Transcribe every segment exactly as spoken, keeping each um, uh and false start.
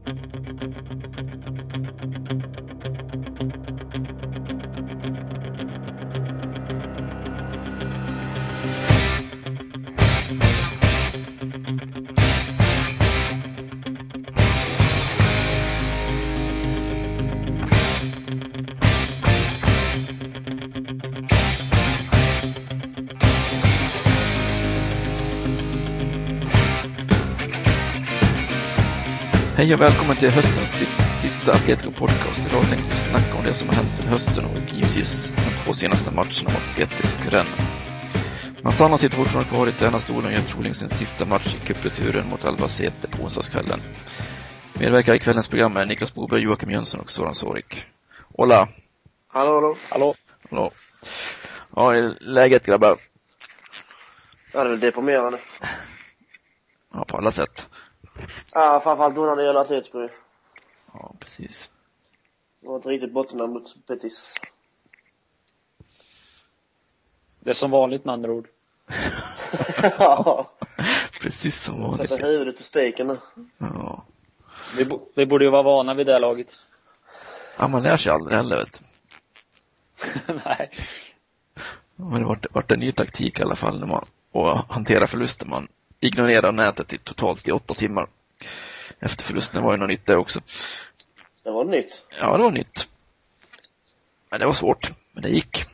Hej och välkommen till höstens sista Atletico-podcast. Idag tänkte vi snacka om det som har hänt under hösten och givetvis de två senaste matcherna mot Betis och Rennes. Massana sitter fortfarande kvar i tränarstolen och gör troligen sin sista match i cupreturen mot Albacete på onsdagskvällen. Medverkar i kvällens program är Niklas Boberg, Joakim Jönsson och Soran Sorik. Hola! Hallå, hallå! Hallå! Hallå! Ja, läget grabbar? Ja, det är väl deprimerande. Ja, på alla sätt. Ja, framförallt då när det gäller Atletico. Ja, precis. Det var ett riktigt bottenland mot Betis. Det är som vanligt med andra ord. Ja. Precis som vanligt. Sätta huvudet i spiken nu. Ja. Vi, bo- vi borde ju vara vana vid det här laget. Ja, man lär sig aldrig heller, vet du. Nej. Men det var varit en ny taktik i alla fall när man och hantera förluster. Man ignorerar nätet i totalt i åtta timmar. Efter förlusten var ju något nytt där också. Det var nytt. Ja, det var nytt. Men det var svårt, men det gick.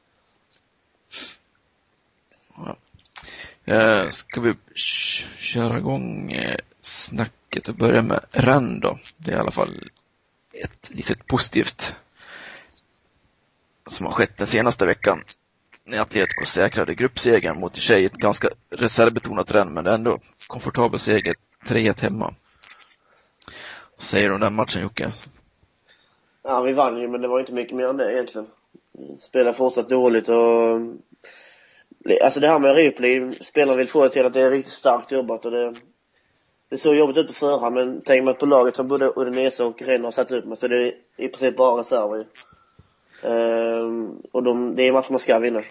Ja. Eh, ska vi k- köra igång eh, snacket och börja med Rennes då. Det är i alla fall ett litet positivt som har skett den senaste veckan. När Atletico säkrade gruppsegern mot i sig ett ganska reservbetonat Rennes, men det är ändå komfortabel seger, tre ett hemma. Vad säger du om den matchen, Jocke? Ja, vi vann ju, men det var inte mycket mer än det egentligen. Vi spelade fortsatt dåligt och... Alltså det här med replay, spelarna vill få det till att det är riktigt starkt jobbat och det... Det såg jobbigt ut på förhand, men tänker man på laget som både Udinese och Rennes har satt ut med, så det är i princip bara reserver. Ehm, och de, det är matcher man ska vinna.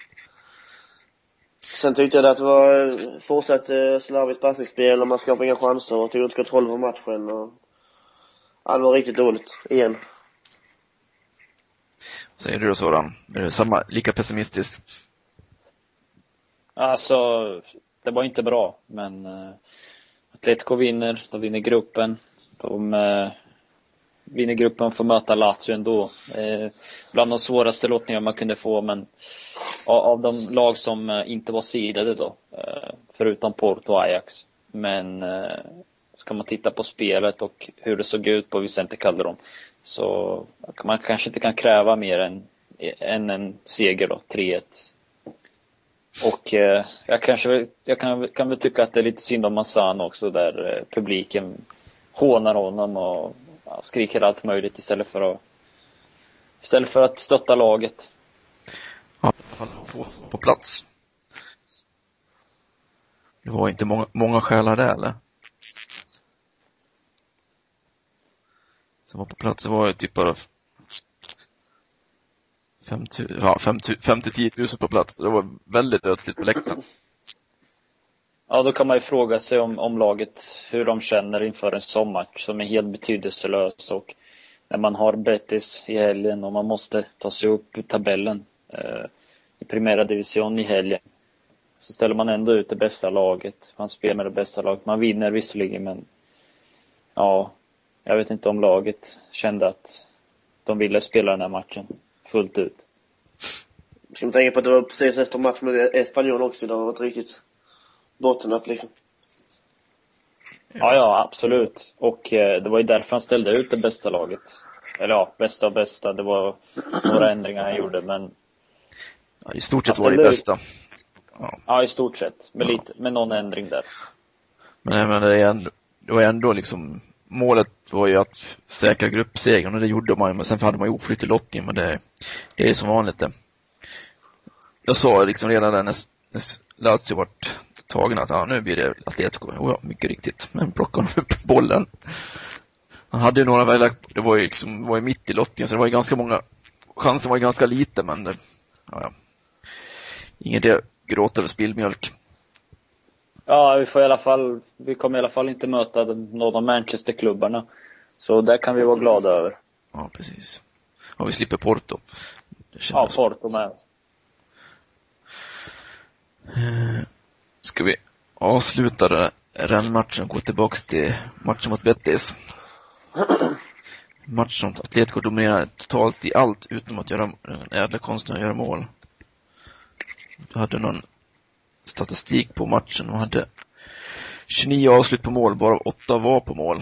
Sen tyckte jag att det var fortsatt eh, slarvigt passningsspel och man skapade inga chanser och tog ut kontroll över matchen. Och... Ja, det var riktigt dåligt, igen. Säger du då, Soran? Är det samma, lika pessimistisk? Alltså, det var inte bra. Men uh, Atletico vinner. De vinner gruppen. De uh, vinner gruppen och får möta Lazio ändå. Uh, bland de svåraste lottningar man kunde få. Men uh, av de lag som uh, inte var sidade då. Uh, förutom Porto och Ajax. Men uh, ska man titta på spelet och hur det såg ut på Vicente Calderón, så man kanske inte kan kräva mer än, än en seger då, tre ett. Och eh, jag kanske jag kan, kan väl tycka att det är lite synd om Massana också, där eh, publiken hånar honom och ja, skriker allt möjligt istället för att istället för att stötta laget. Ja, i alla fall få på plats. Det var inte många, många själar där, eller? Som var på plats, det var ju typ bara fem till tio tusen på plats. Det var väldigt ödsligt på läktaren. Ja, då kan man ju fråga sig om, om laget, hur de känner inför en sommarmatch som är helt betydelselös, och när man har Betis i helgen och man måste ta sig upp i tabellen eh, i Primera Division i helgen, så ställer man ändå ut det bästa laget. Man spelar med det bästa laget. Man vinner visserligen, men ja, jag vet inte om laget kände att de ville spela den här matchen fullt ut. Ska man tänka på att det var precis efter matchen med Espanyol också. Det var ett riktigt bottennapp liksom. Ja, ja, absolut. Och eh, det var ju därför han ställde ut det bästa laget. Eller ja, bästa och bästa. Det var några ändringar han gjorde, men... Ja, i stort sett var det bästa. Ja. ja, i stort sett. Med, ja. lite, med någon ändring där. Men, men det, är ändå, det var ändå liksom... Målet var ju att säkra gruppsegern, och det gjorde man ju. Men sen hade man ju oflytt i lottning, men det, det är som vanligt det. Jag sa liksom redan där när, när Lazio vart tagen att ja, nu blir det Atletico. Och ja, mycket riktigt. Men plockade de upp bollen. Han hade ju några vägar, det var ju liksom, var ju mitt i lottningen, så det var ju ganska många, chansen var ju ganska lite, men det, ja, ja. Ingen det gråta över spillmjölk. Ja, vi får i alla fall, vi kommer i alla fall inte möta någon av Manchester-klubbarna. Så där kan vi vara glada över. Ja, precis. Och vi slipper Porto. Ja, Porto med. Eh, ska vi avsluta den matchen och gå tillbaka till matchen mot Betis. Match som Atletico dominerade totalt i allt utom att göra den ädla konsten att göra mål. Du hade någon statistik på matchen. De hade tjugonio avslut på mål, bara åtta var på mål.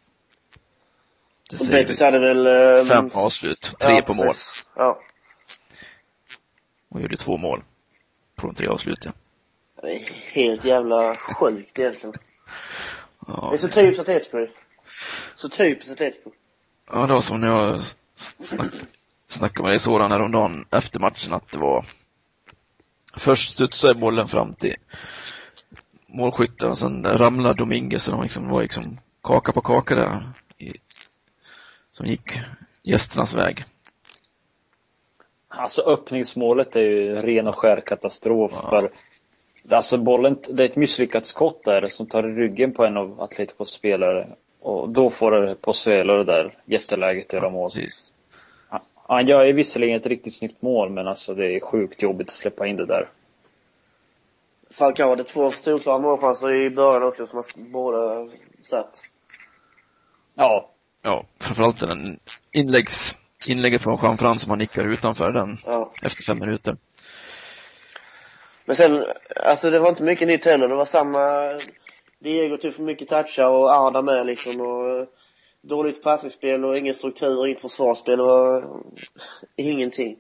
Det Betis hade väl um, fem avslut, tre ja, på mål. Ja. Och gjorde två mål på de tre avsluten. Det är helt jävla sjukt egentligen. Ja. Det är så typiskt Atletico. Så typiskt Atletico. Ja, det var som när jag snack, snackade med dig sådan häromdagen efter matchen att det var först studsade bollen fram till målskytten och sen ramlade Dominguez och de liksom, var liksom kaka på kaka där i, som gick gästernas väg. Alltså öppningsmålet är ju ren och skär katastrof. Ja. För alltså bollen, det är ett misslyckat skott där som tar ryggen på en av Atleticos spelare. Och då får det på Svelo det där jätteläget att göra mål. Precis. Han gör ju visserligen ett riktigt snyggt mål, men alltså det är sjukt jobbigt att släppa in det där. Falcao hade två storklara målchanser i början också som man båda sett. Ja. Ja, framförallt den inläggs, inlägget från Juan Fran som han nickar utanför den ja. Efter fem minuter. Men sen, alltså det var inte mycket nytt heller. Det var samma... Diego tog för mycket touchar och Arda med liksom. Och dåligt passningsspel och ingen struktur och inget försvarsspel. Det var ingenting.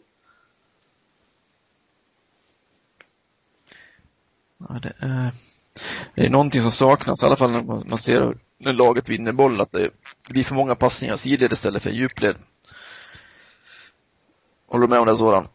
Ja, det är, det är någonting som saknas. I alla fall när man ser när laget vinner boll. Att det blir för många passningar sidled istället för djupled. Håller du med om det, sådan?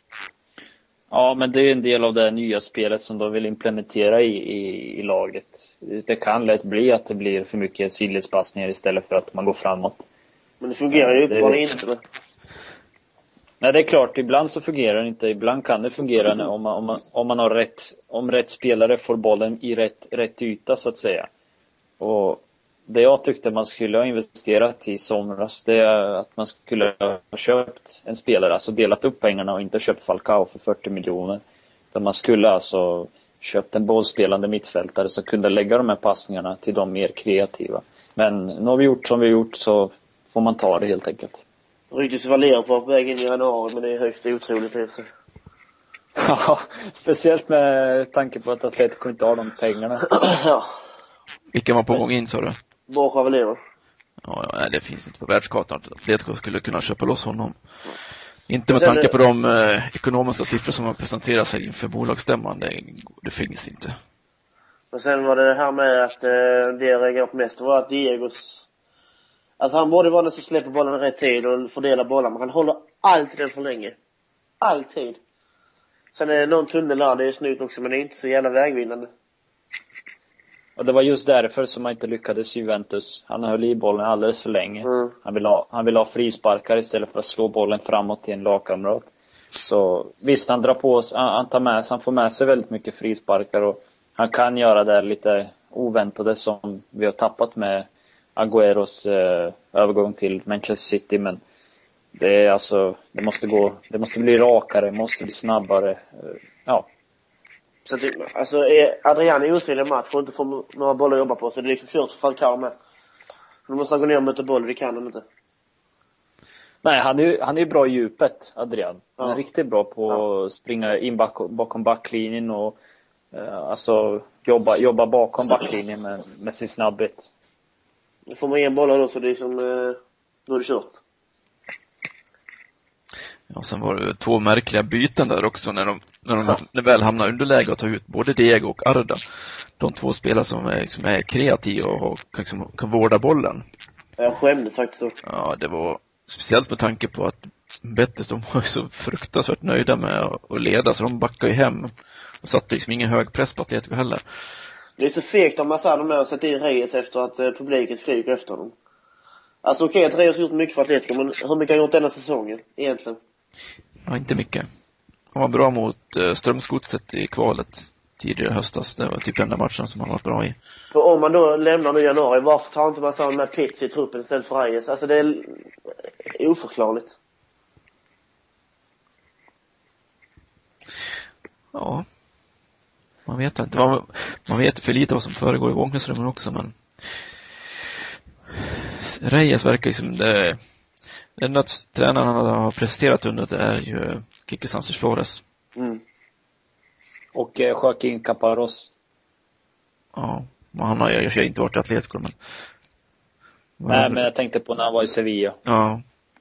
Ja, men det är en del av det nya spelet som de vill implementera i, i, i laget. Det kan lätt bli att det blir för mycket sidledspassningar istället för att man går framåt. Men det fungerar ju uppenbarligen inte. Men... Nej, det är klart. Ibland så fungerar det inte. Ibland kan det fungera när, om, man, om, man, om man har rätt, om rätt spelare får bollen i rätt, rätt yta så att säga. Och det jag tyckte man skulle ha investerat i somras, det är att man skulle ha köpt en spelare, alltså delat upp pengarna och inte köpt Falcao för fyrtio miljoner. Utan man skulle alltså köpt en bollspelande mittfältare som kunde lägga de här passningarna till de mer kreativa. Men nu har vi gjort som vi har gjort, så får man ta det helt enkelt. Ryktes Valera på väg in i januari, men det är högst otroligt det sig. Ja, speciellt med tanke på att Atletico inte har de pengarna. Ja. Vilka var på gång in, sa du? Borja Valera. Ja, ja, det finns inte på världskartan att Atletico skulle kunna köpa loss honom. Inte med tanke på de eh, ekonomiska siffror som har presenterats här inför bolagsstämman. Det, det finns inte. Och sen var det här med att eh, det jag reagerade upp mest var att Diegos... Alltså han borde vara den som släpper bollen i rätt tid och fördelar bollen. Men han håller alltid den för länge. Alltid. Sen är det någon tunnel där, det är snyggt också, men det är inte så jävla vägvinnande. Och det var just därför som man inte lyckades i Juventus. Han höll i bollen alldeles för länge. Mm. Han ville ha, han ville ha frisparkar istället för att slå bollen framåt till en lagkamrat. Så visst, han drar på sig, han, tar med, han får med sig väldigt mycket frisparkar. Och han kan göra det lite oväntade som vi har tappat med Agüeros eh, övergång till Manchester City. Men det är alltså, det måste gå, det måste bli rakare, det måste bli snabbare. Eh, ja. Så att, alltså är Adrian i osynlig match och inte får några bollar att jobba på, så det är liksom kört för Falcao med. De måste gå ner och möta boll, det kan de inte. Nej, han är han är bra i djupet, Adrian. Han är ja. riktigt bra på ja. att springa in bak, bakom backlinjen och eh, alltså jobba, jobba bakom backlinjen med, med sin snabbhet. Får man en bollar då, så det är som eh, då är det kört. Ja, sen var det två märkliga byten där också när de, när de när väl hamnar underläge och tar ut både Diego och Arda. De två spelare som är, som är kreativa och liksom, kan vårda bollen. Jag skämdes faktiskt så. Ja, det var speciellt med tanke på att Betis, de var ju så fruktansvärt nöjda med att leda, så de backade ju hem och satte liksom ingen hög press på Atletico heller. Det är så fegt om man sa de med att sätta in Reyes efter att eh, publiken skriker efter dem. Alltså okej okay, att Reyes har gjort mycket för Atletico, men hur mycket har han gjort denna säsongen egentligen? Ja, inte mycket. Han var bra mot uh, Strömsgodset i kvalet. tidigare höstas. Det var typ enda matchen som han varit bra i. Och om man då lämnar nu i januari, varför tar inte man samman med Pitts i truppen istället för Reyes? Alltså det är oförklarligt. Ja. Man vet inte. Man, man vet för lite vad som föregår i omklädningsrummen också, men Reyes verkar ju som det. Det enda tränaren han har presenterat under det är ju Quique Sánchez Flores. Mm. Och eh, Joaquín Caparrós. Ja, men han har ju jag inte varit i Atletico, men Nej, men jag tänkte på när han var i Sevilla. Ja.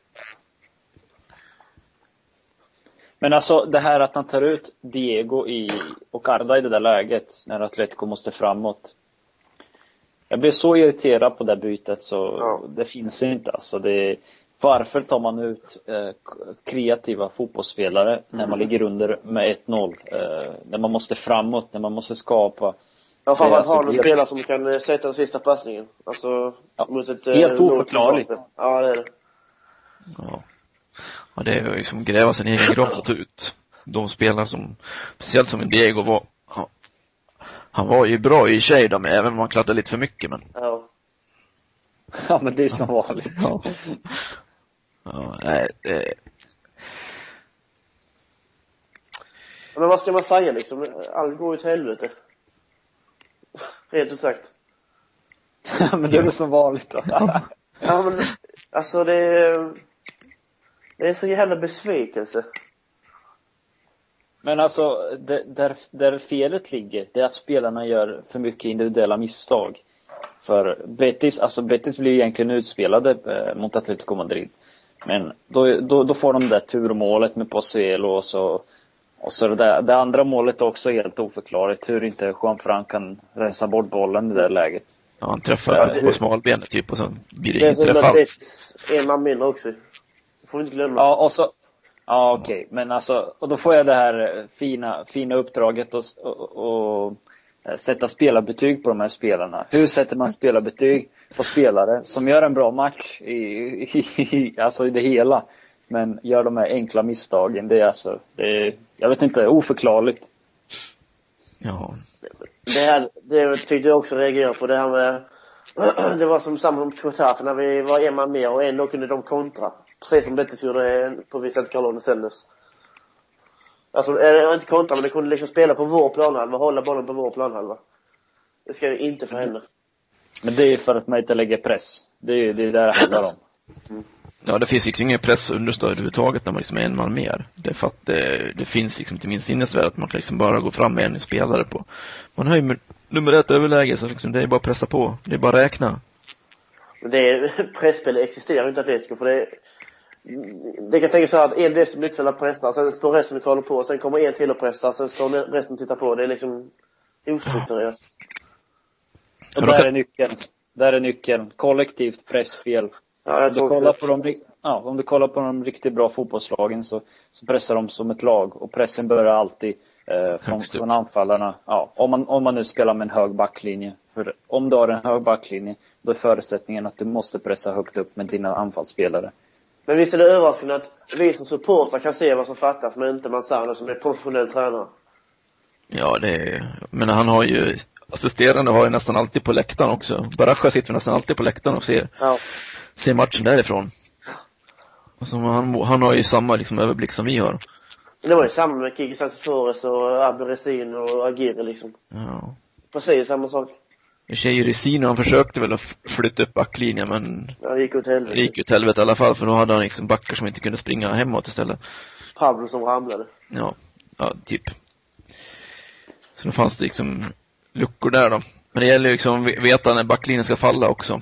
Men alltså det här att han tar ut Diego i, och Arda i det där läget när Atletico måste framåt. Jag blev så irriterad på det bytet så Ja. det finns inte. Alltså det, varför tar man ut eh, kreativa fotbollsspelare mm. när man ligger under med ett noll? Eh, när man måste framåt, när man måste skapa. Ja, fan, man alltså, har en spelare som kan sätta den sista passningen. Alltså, ja, mot ett... helt eh, oförklarligt. Ja, det är det. Ja. Ja, det är ju liksom gräva sin egen grav och ta ut de spelare som, speciellt som Diego var, han, han var ju bra i sig då, men även om han kladdade lite för mycket, men Ja. Ja, men det är som vanligt. Ja. Ja, nej, det... Men vad ska man säga liksom? Allt går ju till helvete. Helt ut sagt. Men det är väl som vanligt då. Ja, men alltså det är, det är så jävla besvikelse. Men alltså, det, där, där felet ligger, det är att spelarna gör för mycket individuella misstag. För Betis, alltså Betis blir egentligen utspelade eh, mot Atletico Madrid. Men då, då, då får de det där turmålet med Pozuelo och så, och så det där. Det andra målet är också helt oförklarligt. Hur inte Juanfran kan rensa bort bollen i det där läget. Ja, han träffar ja, det, på smalbenet typ och så blir det, det inte träff alls. En man mindre också. Det får vi inte glömma. Ja, och så ja, okej. Okay. Men alltså, och då får jag det här fina, fina uppdraget och, och, och sätta spelarbetyg på de här spelarna. Hur sätter man spelarbetyg på spelare som gör en bra match i, i, i, alltså i det hela, men gör de här enkla misstagen? Det är alltså, det är, jag vet inte, oförklarligt. Ja. Det här, det tyckte jag också reagerade på, det här med det var som samma som Twitter, för när vi var en man mer och ändå kunde de kontra. Precis som Betis gjorde på Vicente Calderón Sendes. Alltså, eller inte kontra, men det kunde liksom spela på vår planhalva, hålla bollen på vår planhalva. Det ska ju inte för henne. Men det är för att man inte lägger press. Det är ju det där det handlar om. Mm. Ja, det finns liksom ingen press understöd överhuvudtaget när man liksom är en man mer. Det är för att det, det finns liksom inte minst sinnesvärd att man kan liksom bara gå fram med en spelare på. Man har ju nummer ett överläge, så liksom det är bara att pressa på. Det är bara att räkna. Men det är, pressspel existerar inte Atletico, för det är, det kan tänka så här att en del som mittfältare pressar, sen står resten och kollar på, sen kommer en till och pressar, sen står resten och tittar på. Det är liksom ostrukturerat. Och där är nyckeln. Där är nyckeln. Kollektivt pressspel. Ja, jag om, du tror kollar också. på de, ja, om du kollar på de riktigt bra fotbollslagen så, så pressar de som ett lag. Och pressen börjar alltid eh, från, från anfallarna. Ja, om, man, om man nu spelar med en hög backlinje. För om du har en hög backlinje, då är förutsättningen att du måste pressa högt upp med dina anfallsspelare. Men visst är det överraskande att vi som supportrar kan se vad som fattas, men inte Manzano som är professionell tränare. Ja, det är, men han har ju assisterande har ju nästan alltid på läktaren också. Baraja sitter nästan alltid på läktaren och ser, ja. ser matchen därifrån. Alltså, han, han har ju samma liksom, överblick som vi har. Det var ju samma med Quique Sánchez Flores och Abel Resin och Aguirre liksom. Ja. Precis samma sak. I tjejer Resino, han försökte väl att flytta upp backlinjen, men ja, det gick åt helvete. Det gick ut helvete i alla fall, för då hade han liksom backar som inte kunde springa hemåt istället. Pablo som ramlade. Ja, ja typ. Så då fanns det liksom luckor där då. Men det gäller ju liksom veta när backlinjen ska falla också.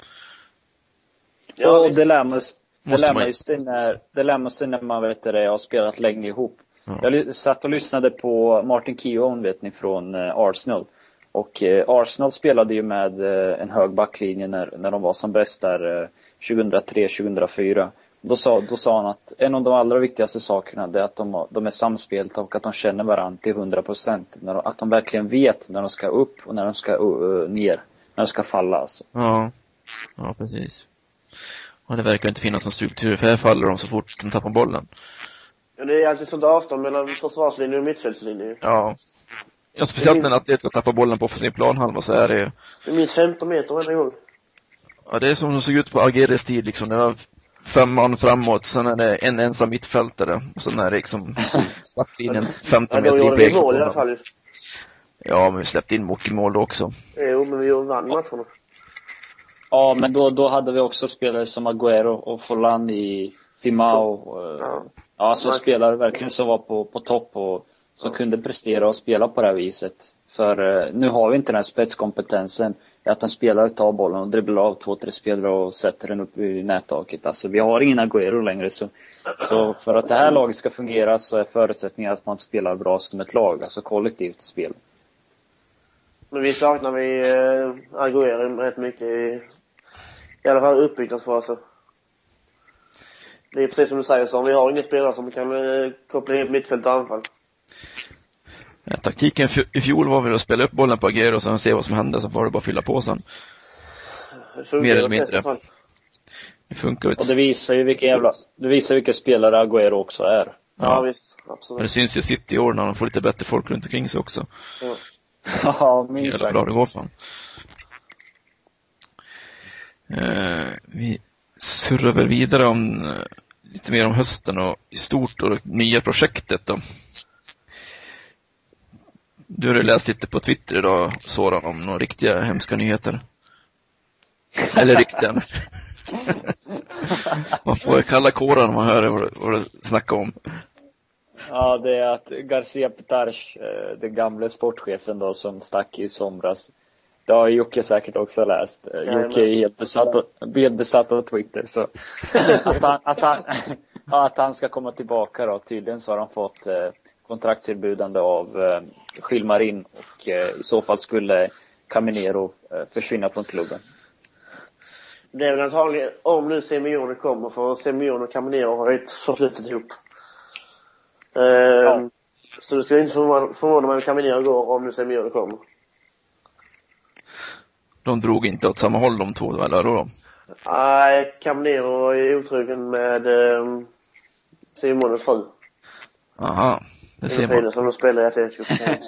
Ja, och det lär man, det lär man man... just när, det lär man sig när man vet det, har spelat länge ihop. Ja. Jag satt och lyssnade på Martin Keown, vet ni, från Arsenal. Och eh, Arsenal spelade ju med eh, en hög backlinje när, när de var som bäst där eh, tjugohundratre tjugohundrafyra. Då sa, då sa han att en av de allra viktigaste sakerna är att de, de är samspelta och att de känner varandra till hundra procent. Att de verkligen vet när de ska upp och när de ska uh, ner, när de ska falla alltså. Ja, ja precis. Och det verkar inte finnas någon struktur, för här faller de så fort de tappar bollen. Ja, det är alltid sånt avstånd mellan försvarslinjen och mittfältslinjen. Ja. Ja, speciellt när Atletico tappar bollen på offensiv planhalva så är det... Det är minst femton meter varje gång. Ja, det är som det såg ut på Aguirres tid liksom. Det var fem man framåt, sen är det en ensam mittfältare. Och sen är det liksom backlinjen femton ja, meter i play. Mål i alla fall. Ja, men vi släppte in mycket mål då också. Jo, men vi vann matcherna. Ja, men då, då hade vi också spelare som Agüero och Forlan i Timao. Ja, ja så spelare verkligen som var på, på topp och som ja. kunde prestera och spela på det här viset. För uh, nu har vi inte den här spetskompetensen att en spelare tar bollen och dribblar av två, tre spelare och sätter den upp i nättaket. Alltså vi har ingen Agüero längre. Så, så för att det här laget ska fungera så är förutsättningen att man spelar bra som ett lag. Alltså kollektivt spel. Men vi saknar vi äh, Agüero rätt mycket i, i alla fall uppbyggnadsfasen. Det är precis som du säger, så vi har ingen spelare som kan äh, koppla ihop mittfält och anfall. Ja, taktiken i fjol var väl att spela upp bollen på Agüero och sen se vad som hände, så får du bara fylla på sen. Mer eller mindre. Det funkar inte. Och det visar ju vilka jävla, det visar vilka spelare Agüero också är. Ja, ja visst, absolut. Men det syns ju City i år när de får lite bättre folk runt omkring sig också. Ja. Ja, minst sagt. Jävla bra det går fan. Eh, vi surrar väl vidare om eh, lite mer om hösten och i stort och nya projektet då. Du har läst lite på Twitter idag, Soran, om några riktiga hemska nyheter. Eller rykten. Man får kalla kårar när man hör vad, vad du snackar om. Ja, det är att Garcia Petars, den gamla sportchefen då som stack i somras. Det har Jocke säkert också läst. Jocke är helt besatt av, helt besatt av Twitter. Så att, han, att, han, att han ska komma tillbaka då. Tydligen så har han fått eh, kontraktserbjudande av eh, Gilmarin. Och eh, i så fall skulle Caminero eh, försvinna från klubben. Det är väl antagligen, om nu Simeone kommer, för Simeone och Caminero har ett förflutet ihop. Uh, ja. Så det ska inte förvåna mig om Caminero går om nu Simeone kommer. De drog inte åt samma håll de två, eller då? Nej, Caminero är otrogen med um, Simones fru. Aha, det ser man. Som de spelar i Atletico.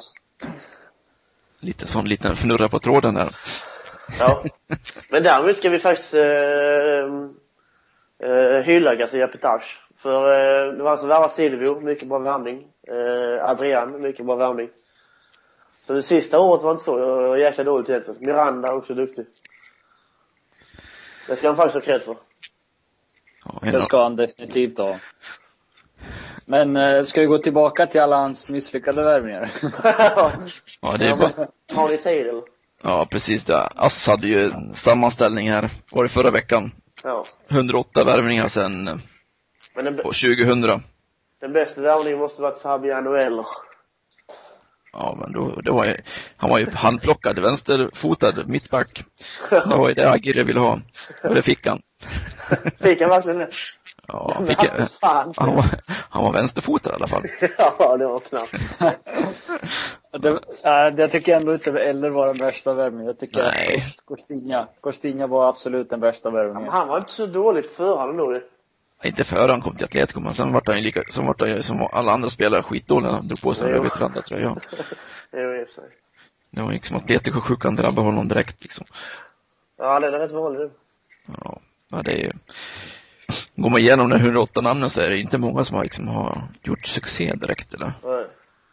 Lite sån liten fnurra på tråden där. Ja, men däremot ska vi faktiskt uh, uh, hylla Garcia Petars. För uh, det var alltså värva Silvio, mycket bra värvning. Uh, Adrian, mycket bra värvning. Så det sista året var inte så uh, jäkla dåligt egentligen. Miranda också duktig. Det ska han faktiskt ha cred för. Ja, det ska han definitivt ha. Men uh, ska vi gå tillbaka till alla hans misslyckade värvningar? Ja, det är bara... Har ni tid eller? Ja, precis det. Ass hade ju en sammanställning här, var det förra veckan. Ja. hundraåtta värvningar sedan Men den, på tjugohundra. Den bästa värvningen måste varit Fabiano Eller. Ja, men då, det var ju, han var ju handplockad, vänsterfotad mittback. Det var ju det Aguirre ville ha. Och det fick han. Fick han verkligen det? Ja, han, fick, han, var, han var vänsterfotad i alla fall. Ja, det var knappt. det, äh, jag tycker ändå inte Eller var den värsta värvningen. Jag tycker Nej. att Costinha, Costinha var absolut den värsta värvningen. Ja, han var inte så dåligt för han då. Inte före han kom till Atletico, men sen var han ju lika, sen var han ju som alla andra spelare skitdåliga när han drog på sig en rödvitranda, tror jag. Det var liksom Atletico-sjukan drabbade honom direkt liksom. Ja, det är rätt vanligt. Ja, det är ju... Går man igenom de hundraåtta namnen så är det inte många som har, liksom, har gjort succé direkt, eller? Nej.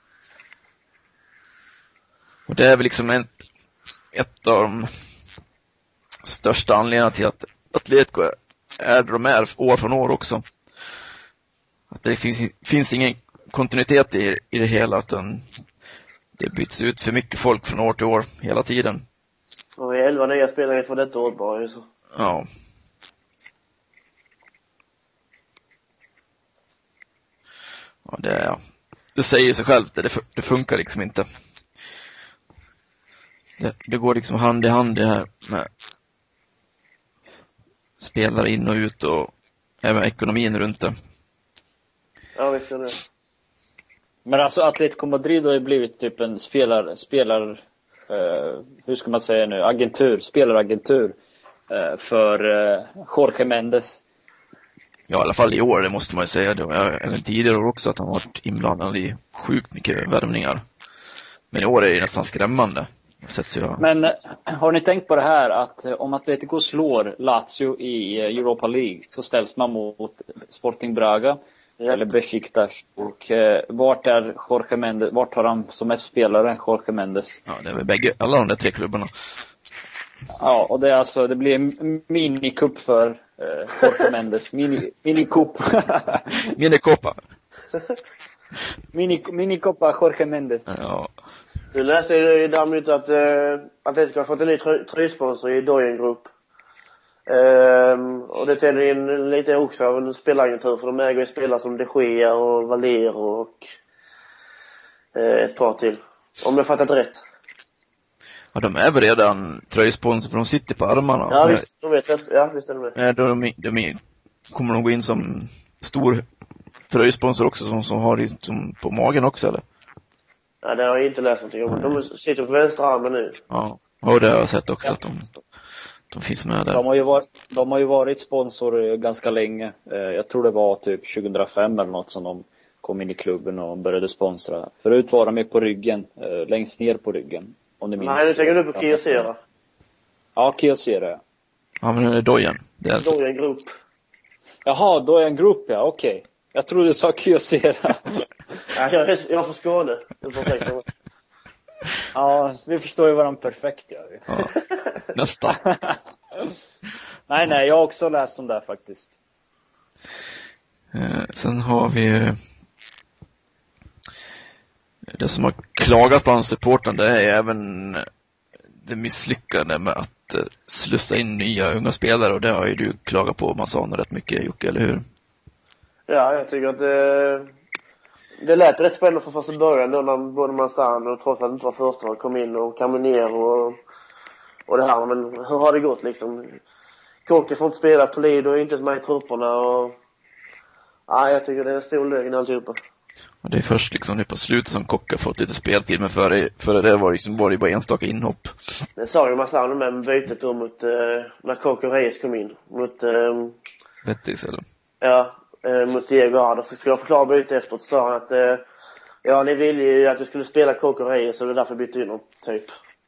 Och det är väl liksom en, ett av de största anledningarna till att Atletico är de är år från år också. Att det finns, finns ingen kontinuitet i, i det hela, utan det byts ut för mycket folk från år till år hela tiden. Och vi är elva nya spelare för detta år bara. Så. Ja. Ja, det, det säger sig självt, det, det funkar liksom inte. Det, det går liksom hand i hand det här med spelare in och ut och även ekonomin runt det. Ja, visst är det. Men alltså Atletico Madrid har ju blivit typ en spelar, spelar eh, hur ska man säga nu, agentur, spelaragentur eh, för eh, Jorge Mendes. Ja, i alla fall i år, det måste man ju säga. Det var även tidigare år också att han varit inblandad i sjukt mycket värvningar. Men i år är det nästan skrämmande. Jag... Men har ni tänkt på det här att om Atletico slår Lazio i Europa League så ställs man mot Sporting Braga ja. eller Besiktas. Och eh, vart är Jorge Mendes, vart har han som mest spelare Jorge Mendes? Ja, det är väl bägge, alla de där tre klubbarna. Ja, och det är alltså, det blir en minikupp för eh, Jorge Mendes. Mini, minikupp. Minikopa. Mini, minikoppa Jorge Mendes. Ja. Nu läste jag däremot att eh, Atletico har fått en ny trö- tröjsponsor i Doyen Group. Ehm, och det tänder in lite också av en spelagentur, för de äger ju spelare som De Gea och Valer och eh, ett par till. Om jag fattat rätt. Ja, de är väl redan tröjsponsor för de sitter på armarna. Ja, visst, de vet rätt. Ja, visst är de det. Nej, de, de, de kommer de gå in som stor tröjsponsor också, som, som har det som på magen också, eller? Ja, det har jag inte läst någonting om. De sitter på vänstra armen nu. Ja, och det har jag sett också, ja. att de, de finns med där. De har ju varit, de har ju varit sponsor ganska länge. Jag tror det var typ tjugohundrafem eller något som de kom in i klubben och började sponsra. Förut var de med på ryggen, längst ner på ryggen. Om du minns. Nej, nu tänker du på Kyocera. Ja, Kyocera. Ja, men det är Doyen. Det är Doyen Group. Jaha, Doyen Group, ja, okej. Okay. Jag trodde du sa Kyocera. Ja, jag är, jag är från Skåne. Ja, vi förstår ju varandra perfekt, gör vi. Ja, nästan. nej, nej, jag har också läst om det här faktiskt. Eh, sen har vi det som har klagat bland supporten, det är även det misslyckade med att eh, slussa in nya unga spelare, och det har ju du klagat på Massan rätt mycket, Jocke, eller hur? Ja, jag tycker att det, det lät rätt spännande från första början då, när både Massan och trots att det inte var första kom in och kam ner och, och det här, men hur har det gått liksom? Kåke får inte spela, Polido är inte med i trupperna och ja, jag tycker det är en stor lögn alltihopa. Och det är först liksom nu på slutet som Kocka har fått lite speltid, men före, före det var det liksom bara, bara enstaka inhopp. Det sa ju Massan med bytet då mot eh, när Kåke och Reyes kom in mot eh, Betis, eller? Ja, eh, mot Diego Arda. Så skulle jag förklara bytet efteråt, så sa han att eh, ja, ni ville ju att du skulle spela Kåke och Reyes, så det är därför bytte in dem, typ.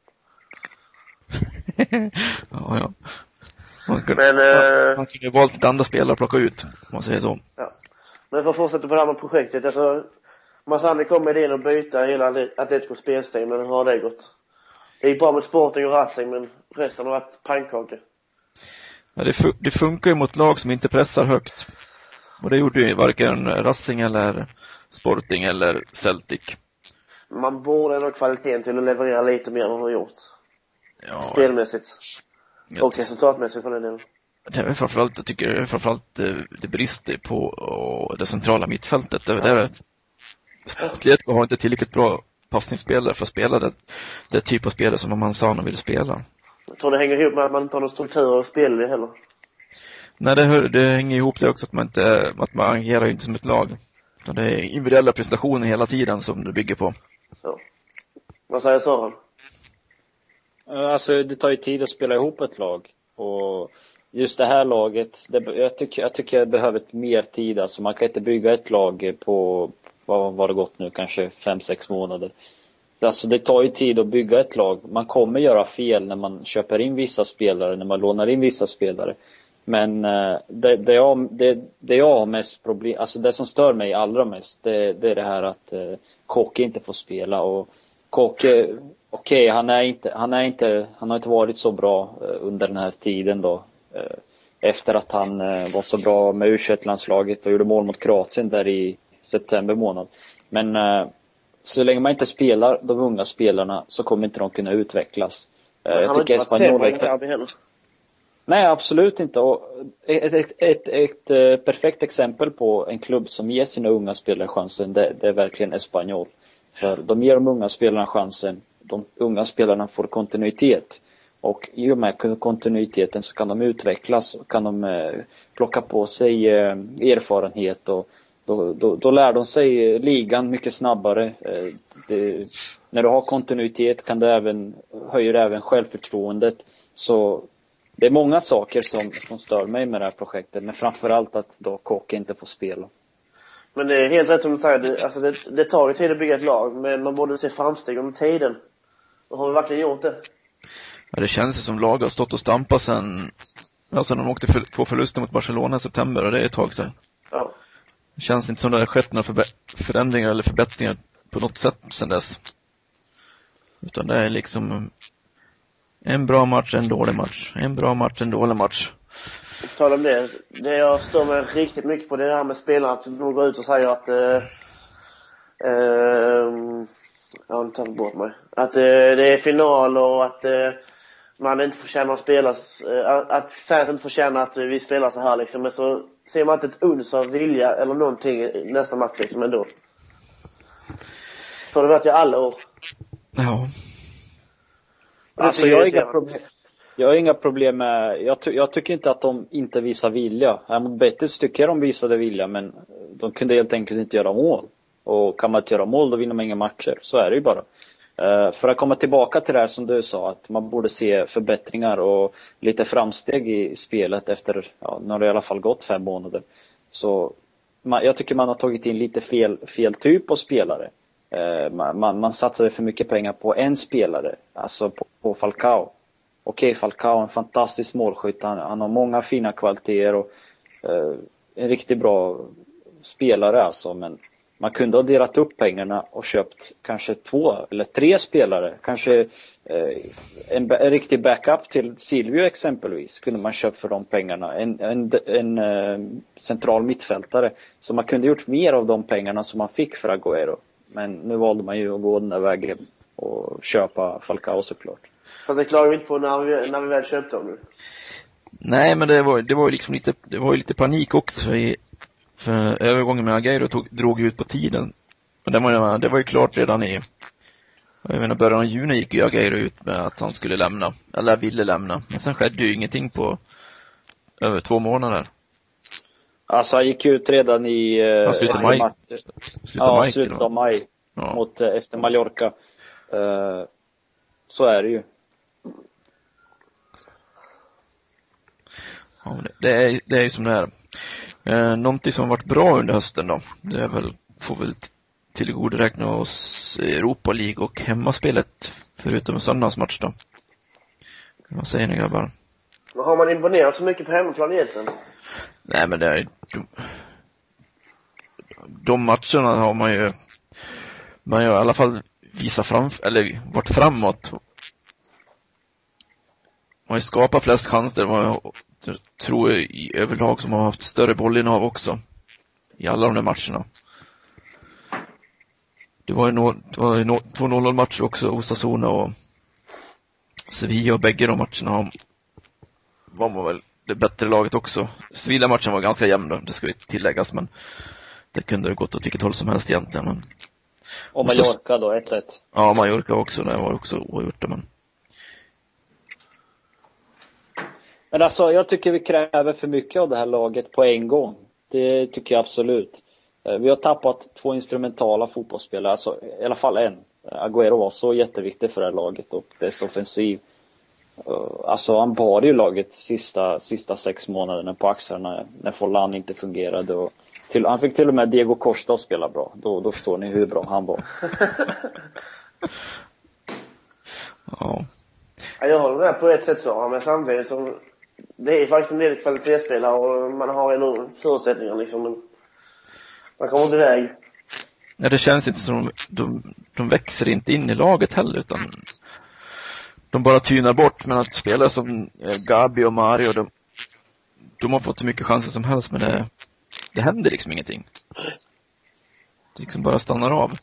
ja, ja. Man kunde, Men, eh, man kunde ju valt ett andra spelare att plocka ut, om man säger så. Ja. Men för att fortsätta på det här med projektet, alltså Massan kom med in och byta hela Atletico spelstil, men hur har det gått? Det gick bra med Sporting och Racing, men resten har varit pannkaka. Ja, det, fu- det funkar ju mot lag som inte pressar högt. Och det gjorde ju varken Racing eller Sporting eller Celtic. Man borde ändå ha kvaliteten till att leverera lite mer än vad man har gjort. Ja, spelmässigt. jag Och resultatmässigt för den delen. Det är framförallt, jag tycker det är framförallt det, det brister på det centrala mittfältet. Det, ja. det är Atletico har inte tillräckligt bra passningsspelare för att spela det, det typ av spelare som Manzano vill spela. Jag tror det hänger ihop med att man inte har någon struktur och spel heller. Nej, det, hör, det hänger ihop det också att man inte att man agerar inte som ett lag. Så det är individuella prestationer hela tiden som det bygger på. Ja. Vad säger Sören? Alltså det tar ju tid att spela ihop ett lag. Och just det här laget, det, jag, tycker, jag tycker jag behöver mer tid. Alltså man kan inte bygga ett lag på, vad var det gått nu, kanske fem sex månader. Alltså det tar ju tid att bygga ett lag. Man kommer göra fel när man köper in vissa spelare, när man lånar in vissa spelare. Men det, det, jag, det, det jag har mest problem, alltså det som stör mig allra mest, det, det är det här att eh, Kåke inte får spela. Och Kåke, okej, okay, han är inte, han är inte, han har inte varit så bra eh, under den här tiden då. Eh, efter att han eh, var så bra med U tjugoett-landslaget och gjorde mål mot Kroatien där i september månad. Men eh, så länge man inte spelar de unga spelarna så kommer inte de kunna utvecklas. Eh, jag tycker att Spanien Nej, absolut inte. Och ett, ett, ett, ett, ett perfekt exempel på en klubb som ger sina unga spelare chansen, det, det är verkligen Espanyol. För de ger de unga spelarna chansen, de unga spelarna får kontinuitet. Och i och med kontinuiteten så kan de utvecklas och kan de eh, plocka på sig eh, erfarenhet. Och då, då, då lär de sig ligan mycket snabbare. Eh, det, när du har kontinuitet kan du även höja även självförtroendet. Så det är många saker som, som stör mig med det här projektet. Men framförallt att då Kåke inte får spela. Men det är helt rätt som du säger. Det, alltså det, det tar ju tid att bygga ett lag. Men man borde se framsteg under tiden. Och har vi verkligen gjort det? Ja, det känns ju som lag har stått och stampat sen, alltså de åkte för, på förlusten mot Barcelona i september, och det är ett tag sedan. Ja. Det känns inte som det har skett några förbe- förändringar eller förbättringar på något sätt sedan dess. Utan det är liksom en bra match, en dålig match. En bra match, en dålig match. På tal om det, det jag står med riktigt mycket på det här med spelarna, att de går ut och säger att eh, eh, jag har inte tagit bort mig, att eh, det är final och att eh, man inte får känna att spelas, eh, att fans inte får känna att vi spelar så här liksom. Men så ser man inte ett uns av vilja eller någonting i nästa match liksom ändå. Så det vet jag alla år. Ja. Alltså jag har inga problem. Jag har inga problem med, jag, ty- jag tycker inte att de inte visar vilja. Mot Betis tycker jag de visade vilja, men de kunde helt enkelt inte göra mål. Och kan man inte göra mål, då vinner man inga matcher. Så är det ju bara. Uh, för att komma tillbaka till det här som du sa, att man borde se förbättringar och lite framsteg i spelet efter, ja, när det i alla fall gått fem månader. Så man, jag tycker man har tagit in lite fel, fel typ av spelare. Uh, man, man, man satsade för mycket pengar på en spelare, alltså på, på Falcao. Okej, Falcao är en fantastisk målskytt. Han, han har många fina kvaliteter och uh, en riktigt bra spelare alltså. Men man kunde ha delat upp pengarna och köpt kanske två eller tre spelare. Kanske uh, en, en riktig backup till Silvio exempelvis. Kunde man köpt för de pengarna. En, en, en uh, central mittfältare. Så man kunde gjort mer av de pengarna som man fick för Agüero. Men nu valde man ju att gå den där vägen och köpa Falcao såklart. Fast det klarar vi inte på när vi, när vi väl köpte dem nu. Nej, men det var, det var ju liksom lite, det var ju lite panik också i, för övergången med Agüero tog, drog ut på tiden. Men det var ju, det var ju klart redan i, jag menar, början av juni gick ju Agüero ut med att han skulle lämna, eller ville lämna. Men sen skedde ju ingenting på över två månader. Alltså han gick ut redan i ja, slutet av maj. Slutet ja, maj, slutet av maj ja. Mot, efter Mallorca. Uh, så är det ju. Ja, det är, det är ju som det är. Eh, någonting som har varit bra under hösten då, det är väl, får väl tillgodoräkna oss Europa League och hemmaspelet, förutom en söndagsmatch då. Vad säger ni grabbar? Har man imponerat så mycket på hemmaplan egentligen? Nej, men det är de, de matcherna har man ju man har i alla fall visat fram, eller varit framåt. Man har ju skapat flest chanser, man tror jag, i överlag, som har haft större bollinnehav också i alla de där matcherna. Det var ju, no, det var ju no, två noll noll-matcher också, Osasuna och Sevilla, och bägge de matcherna var man väl det bättre laget också. Sevilla-matchen var ganska jämn då, det ska vi tilläggas, men det kunde det gått åt vilket håll som helst egentligen. Men... Och Mallorca då, ett ett. Ja, Mallorca också, det var också oavgjort, men... Men alltså, jag tycker vi kräver för mycket av det här laget på en gång. Det tycker jag absolut. Vi har tappat två instrumentala fotbollsspelare, alltså i alla fall en. Agüero var så jätteviktig för det här laget och dess offensiv. Alltså han bar ju laget sista, sista sex månaderna på axlarna när Forlan inte fungerade. Och till, han fick till och med Diego Costa att spela bra. Då, då förstår ni hur bra han var. Ja. Jag håller med på ett sätt så, men samtidigt som det är faktiskt en del kvalitetsspelare och man har enorma förutsättningar liksom. Man kommer inte iväg. Ja, det känns inte som de, de, de växer inte in i laget heller, utan de bara tynar bort. Men att spela som Gabi och Mario, de, de har fått hur mycket chanser som helst, men det, det händer liksom ingenting. Det liksom bara stannar av.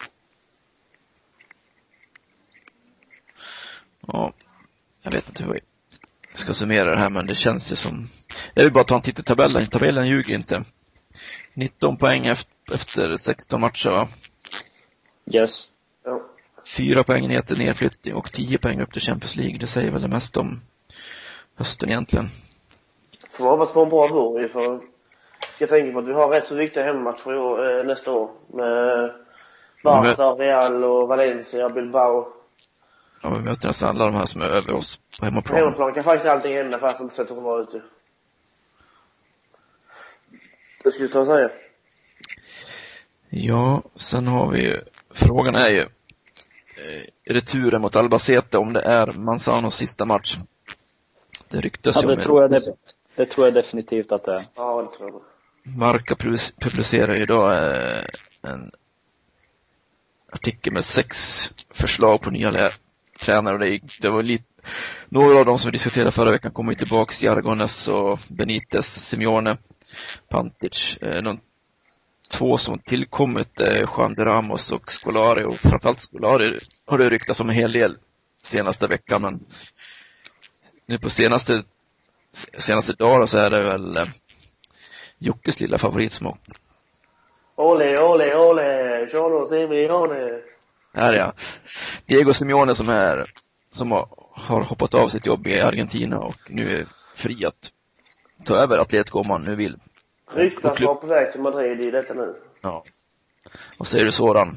Ja, jag vet inte hur jag ska summera det här, men det känns ju som... Jag vill bara ta en titt i tabellen. Tabellen ljuger inte. nitton poäng efter sexton matcher, va? Yes. Ja. Fyra poäng ner till nedflyttning och tio poäng upp till Champions League. Det säger väl det mest om hösten egentligen. Får man hoppas på en bra vår. För ska tänka på att vi har rätt så viktiga hemmamatcher i år, eh, nästa år. Med Barca, Real och Valencia, Bilbao. Ja, vi möter nästan alla de här som är över oss på hemmaplan. På hemmaplan kan faktiskt allting hända fast det inte sätter så bra ut. Det skulle vi ta och säga. Ja, sen har vi ju, frågan är ju eh, returen mot Albacete, om det är Manzanos sista match. Det ryktas Ja, ju det om tror jag det, det tror jag definitivt att det är. Ja, det tror jag. Marca publicerar ju idag eh, en artikel med sex förslag på nya lä- tränare, och det, det var lite, några av dem som vi diskuterade förra veckan kommer ju tillbaks, Jargones och Benitez, Simeone, Pantic, eh, de två som tillkommit, eh, Juan de Ramos och Scolari, och framförallt Scolari har det ryktats om en hel del senaste veckan, men nu på senaste senaste dagar så är det väl eh, Jockes lilla favorit som har... Ole, ole, ole, Cholo Simeone. Här ja. Diego Simeone som är som har, har hoppat av sitt jobb i Argentina och nu är fri att ta över Atletico om man nu vill. Ryktas var på väg till Madrid i detta nu. Ja. Vad säger du sådan?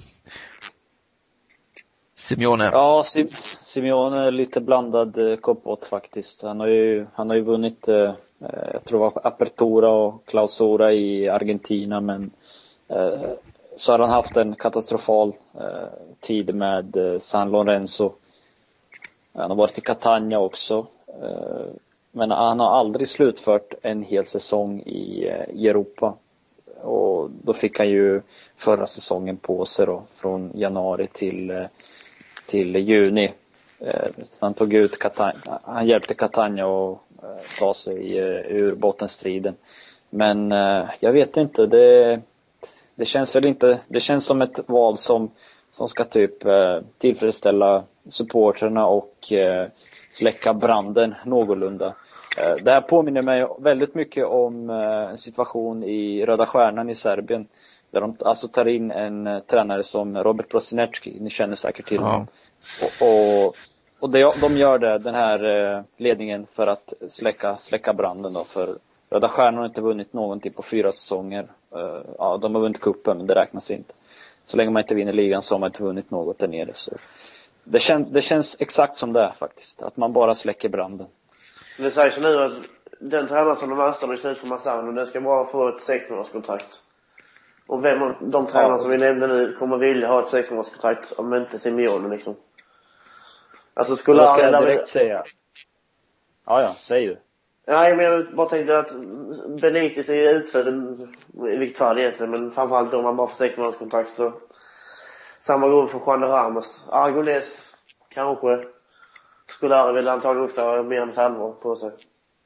Simeone. Ja, Sim- Simeone är lite blandad eh, koppåt faktiskt. Han har ju, han har ju vunnit, eh, jag tror det var Apertura och Clausura i Argentina, men eh, så har han haft en katastrofal eh, tid med eh, San Lorenzo. Han har varit i Catania också. Eh, men han har aldrig slutfört en hel säsong i, eh, i Europa. Och då fick han ju förra säsongen på sig då, från januari till eh, till juni. Eh, så han tog ut Catania, han hjälpte Catania och eh, ta sig eh, ur bottenstriden. Men eh, jag vet inte, det det känns väl inte, det känns som ett val som som ska typ eh, tillfredsställa supporterna och eh, släcka branden någorlunda. Eh, det här påminner mig väldigt mycket om eh, en situation i Röda Stjärnan i Serbien, där de alltså tar in en uh, tränare som Robert Prosinecki, ni känner säkert till honom. Ja. Och, och, och det, de gör det, den här uh, ledningen, för att släcka, släcka branden då. För Röda Stjärnan har inte vunnit någonting på fyra säsonger. Uh, ja, de har vunnit kuppen, men det räknas inte. Så länge man inte vinner ligan så har man inte vunnit något där nere. Så det, kän, det känns exakt som det är faktiskt, att man bara släcker branden. Det sägs nu att den tränare som de anställer i slut för Massano, den ska bara få ett sexmånaderskontrakt. Och vem av de tränare ja. som vi nämnde nu kommer vilja ha ett sexmånaderskontrakt om inte Simeone liksom. Alltså skulle jag kan jag direkt vi... säga. Ja, ja, säg du. Nej, men jag bara tänkte att Benitez är utsluten i vilket fall egentligen, men framförallt om man bara får sexmånaderskontrakt. Så samma gång för Juan de Ramos. Argones kanske. Scolari vill antagligen också ha mer än ett halvår på sig.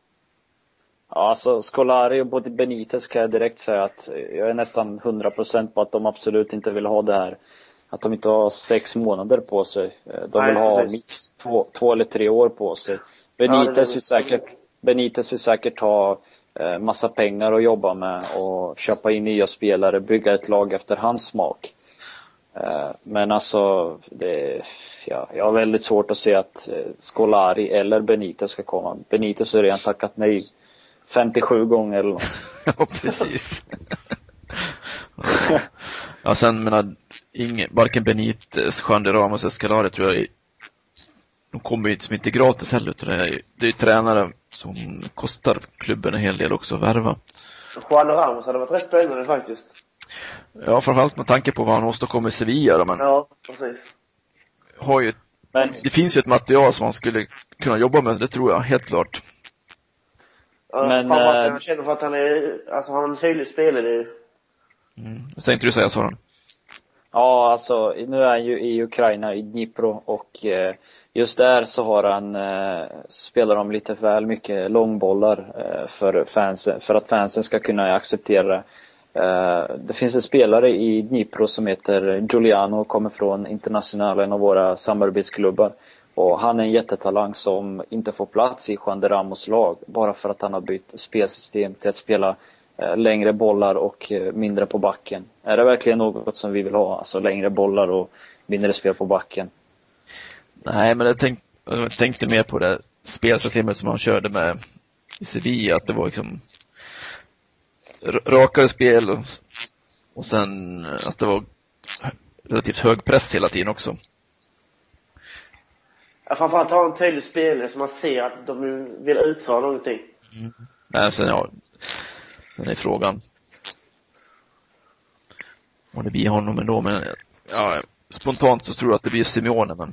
Ja, alltså Scolari och både Benitez kan jag direkt säga att jag är nästan hundra procent på att de absolut inte vill ha det här. Att de inte har sex månader på sig. De vill Nej, ha minst två, två eller tre år på sig. Benitez, ja, vill säkert, Benitez vill säkert ha eh, massa pengar att jobba med och köpa in nya spelare, bygga ett lag efter hans smak. Eh, men alltså, det, ja, jag har väldigt svårt att se att eh, Scolari eller Benitez ska komma. Benitez har redan tackat nej femtiosju gånger eller något. Ja, precis. Ja, sen menar ingen, varken Benitez, Juan de Ramos och Scolari tror jag de kommer ju inte gratis heller. Det är, det är ju tränare som kostar klubben en hel del också att värva. Juan de Ramos hade varit rätt spännande faktiskt. Ja, framförallt med tanke på vad han åstadkommer i Sevilla. Men ja, precis. Har ju, men det finns ju ett material som man skulle kunna jobba med, det tror jag, helt klart. Ja, men fan, äh, jag känner för att han är, alltså han har en tydlig spelare. Mm. Vad tänkte du säga, Soran? Ja, alltså nu är han ju i Ukraina, i Dnipro, och eh, just där så har han eh, spelar de lite väl mycket långbollar eh, för fansen, för att fansen ska kunna acceptera det. Eh, det finns en spelare i Dnipro som heter Giuliano och kommer från Internationalen, en av våra samarbetsklubbar. Och han är en jättetalang som inte får plats i Juan de Ramos lag bara för att han har bytt spelsystem till att spela eh, längre bollar och eh, mindre på backen. Är det verkligen något som vi vill ha? Alltså längre bollar och mindre spel på backen? Nej, men jag, tänk, jag tänkte mer på det spelsystemet som han körde med i Sevilla. Att det var liksom rakare spel och, och sen att det var relativt hög press hela tiden också. Ja, framförallt ha en tydlig spelare som man ser att de vill utföra någonting. Mm. Nej, sen ja, sen är frågan. om det blir honom ändå, men ja, spontant så tror jag att det blir Simeone, men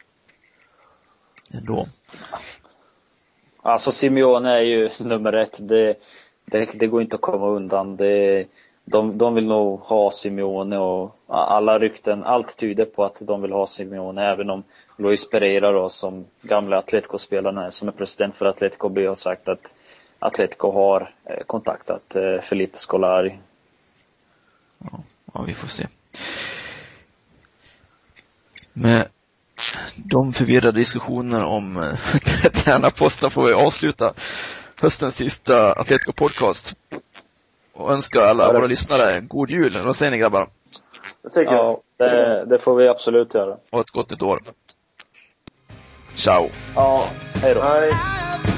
ändå. Alltså Simeone är ju nummer ett. Det, det, det går inte att komma undan. Det, de, de vill nog ha Simeone, och alla rykten, allt tyder på att de vill ha Simeone, även om Luis Pereira då, som gamla Atletico-spelarna som är president för Atletico B, har sagt att Atletico har eh, kontaktat eh, Felipe Scolari. Ja, ja, vi får se. Med de förvirrade diskussioner om tränarposten får vi avsluta höstens sista Atletico-podcast. Och önskar alla våra lyssnare god jul. Vad säger ni, grabbar? Jag tycker Ja, det, det får vi absolut göra. Och ett gott nytt år. Ciao. Ja, hej då. Nej.